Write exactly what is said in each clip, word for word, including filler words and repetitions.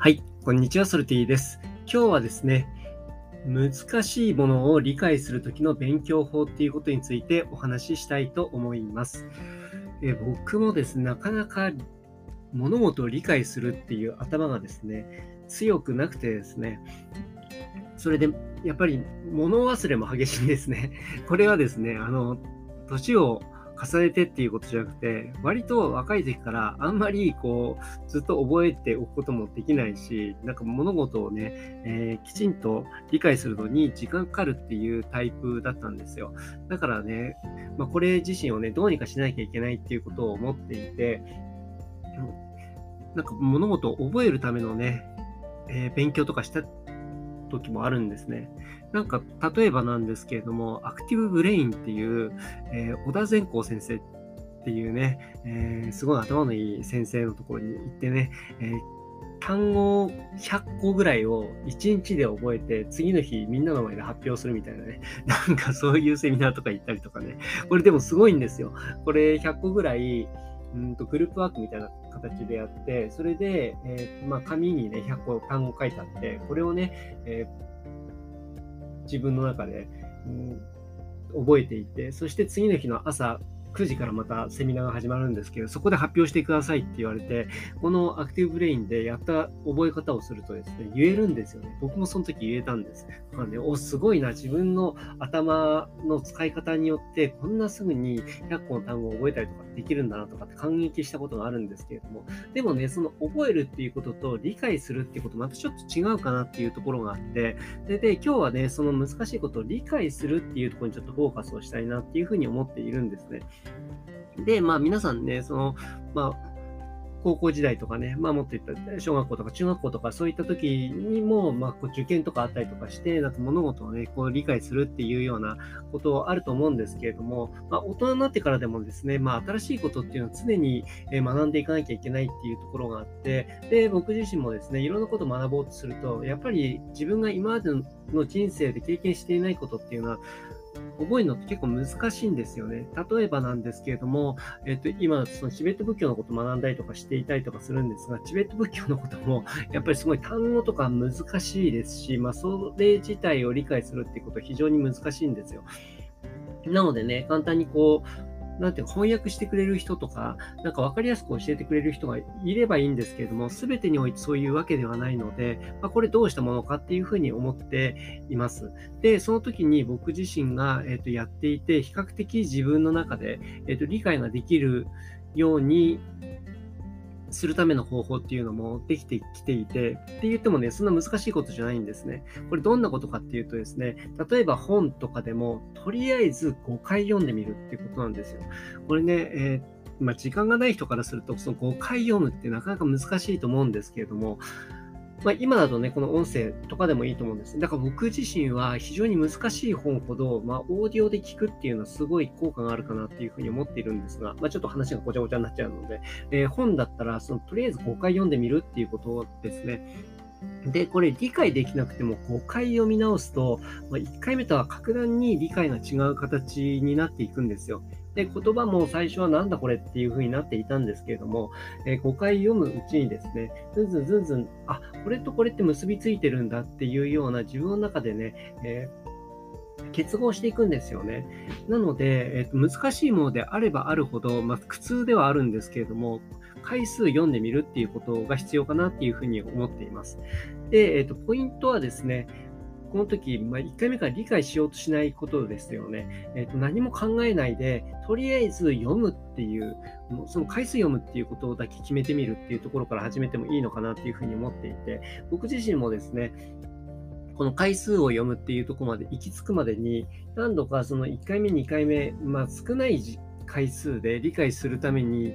はい、こんにちは、ソルティです。今日はですね、難しいものを理解するときの勉強法っていうことについてお話ししたいと思います。え僕もですね、なかなか物事を理解するっていう頭がですね、強くなくてですね、それでやっぱり物忘れも激しいんですね。これはですね、あの、年を重ねてっていうことじゃなくて、割と若い時からあんまりこう、ずっと覚えておくこともできないし、なんか物事をね、えーきちんと理解するのに時間かかるっていうタイプだったんですよ。だからね、まあ、これ自身をね、どうにかしなきゃいけないっていうことを思っていて、なんか物事を覚えるためのね、えー勉強とかした時もあるんですね。なんか例えばなんですけれども、アクティブブレインっていう、えー小田善光先生っていうね、えーすごい頭のいい先生のところに行ってね、えー単語ひゃっこぐらいをいちにちで覚えて、次の日みんなの前で発表するみたいなね、なんかそういうセミナーとか行ったりとかね、これでもすごいんですよ。これひゃっこぐらい、うんとグループワークみたいな形でやって、それで、えーまあ、紙にね、ひゃっこ単語書いてあって、これをね、えー自分の中で、うん、覚えていて、そして次の日の朝くじからまたセミナーが始まるんですけど、そこで発表してくださいって言われて、このアクティブブレインでやった覚え方をするとですね、言えるんですよね。僕もその時言えたんです。だからね、お、すごいな、自分の頭の使い方によって、こんなすぐにひゃっこの単語を覚えたりとかできるんだなとかって感激したことがあるんですけれども、でもね、その覚えるっていうことと理解するっていうこと、またちょっと違うかなっていうところがあって、で、で今日はね、その難しいことを理解するっていうところにちょっとフォーカスをしたいなっていうふうに思っているんですね。で、まあ皆さんね、その、まあ、高校時代とかね、まあもっと言ったら小学校とか中学校とかそういった時にも、まあこう受験とかあったりとかして、なんか物事をね、こう理解するっていうようなことあると思うんですけれども、まあ大人になってからでもですね、まあ新しいことっていうのは常にえー学んでいかなきゃいけないっていうところがあって、で、僕自身もですね、いろんなことを学ぼうとすると、やっぱり自分が今までの人生で経験していないことっていうのは、覚えるのって結構難しいんですよね。例えばなんですけれども、えっと、今、そのチベット仏教のことを学んだりとかしていたりとかするんですが、チベット仏教のことも、やっぱりすごい単語とか難しいですし、まあ、それ自体を理解するっていうことは非常に難しいんですよ。なのでね、簡単にこう、なんていうか翻訳してくれる人とか、なんか分かりやすく教えてくれる人がいればいいんですけれども、すべてにおいてそういうわけではないので、まあ、これどうしたものかっていうふうに思っています。で、その時に僕自身が、えっと、やっていて、比較的自分の中で、えっと、理解ができるようにするための方法っていうのもできてきていて、って言ってもね、そんな難しいことじゃないんですね。これどんなことかっていうとですね、例えば本とかでも、とりあえずごかい読んでみるっていうことなんですよ。これね、えーまあ、時間がない人からすると、そのごかい読むってなかなか難しいと思うんですけれども、まあ、今だとね、この音声とかでもいいと思うんです。だから僕自身は非常に難しい本ほど、まあ、オーディオで聞くっていうのはすごい効果があるかなっていうふうに思っているんですが、まあ、ちょっと話がごちゃごちゃになっちゃうので、えー本だったら、そのとりあえずごかい読んでみるっていうことですね。で、これ理解できなくてもごかい読み直すと、まあ、いっかいめとは格段に理解が違う形になっていくんですよ。で、言葉も最初はなんだこれっていう風になっていたんですけれども、えーごかい読むうちにですね、ずんずんずんずん、あ、これとこれって結びついてるんだっていうような自分の中でね、えー結合していくんですよね。なので、えっと、難しいものであればあるほど、まあ、苦痛ではあるんですけれども、回数読んでみるっていうことが必要かなっていうふうに思っています。で、えっと、ポイントはですね、この時、まあ、いっかいめから理解しようとしないことですよね。えっと、何も考えないで、とりあえず読むっていう、もうその回数読むっていうことだけ決めてみるっていうところから始めてもいいのかなっていうふうに思っていて、僕自身もですね、この回数を読むっていうところまで行き着くまでに、何度かそのいっかいめ、にかいめ、まあ少ない回数で理解するために、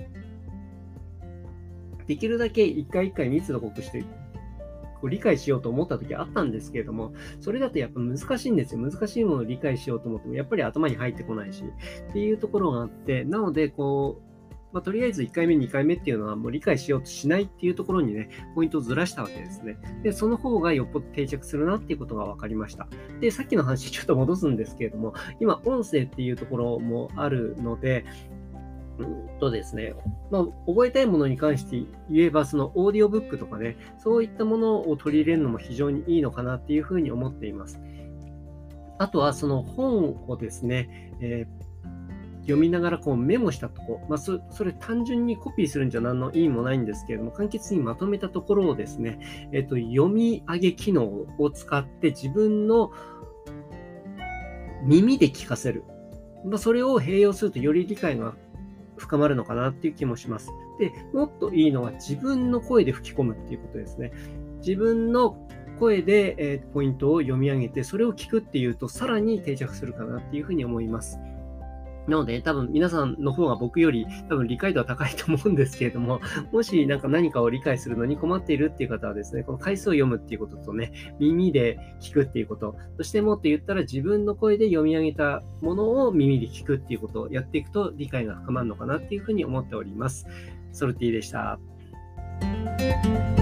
できるだけ一回一回密度濃くしてこう理解しようと思った時あったんですけれども、それだとやっぱ難しいんですよ。難しいものを理解しようと思っても、やっぱり頭に入ってこないし、っていうところがあって、なので、こう、まあ、とりあえずいっかいめ、にかいめっていうのはもう理解しようとしないっていうところにね、ポイントをずらしたわけですね。で、その方がよっぽど定着するなっていうことが分かりました。で、さっきの話ちょっと戻すんですけれども、今、音声っていうところもあるので、 うんとですね、まあ、覚えたいものに関して言えば、そのオーディオブックとかね、そういったものを取り入れるのも非常にいいのかなっていうふうに思っています。あとはその本をですね、えー読みながらこうメモしたとこ、まあ、そそれ単純にコピーするんじゃ何の意味もないんですけれども、簡潔にまとめたところをですね、えっと、読み上げ機能を使って自分の耳で聞かせる。まあ、それを併用するとより理解が深まるのかなっていう気もします。で、もっといいのは自分の声で吹き込むっていうことですね。自分の声で、えーポイントを読み上げて、それを聞くっていうと、さらに定着するかなっていうふうに思います。なので、多分皆さんの方が僕より多分理解度は高いと思うんですけれども、もしなんか何かを理解するのに困っているっていう方はですね、この回数を読むっていうこととね、耳で聞くっていうこと、そしてもっと言ったら自分の声で読み上げたものを耳で聞くっていうことをやっていくと理解が深まるのかなっていうふうに思っております。ソルティでした。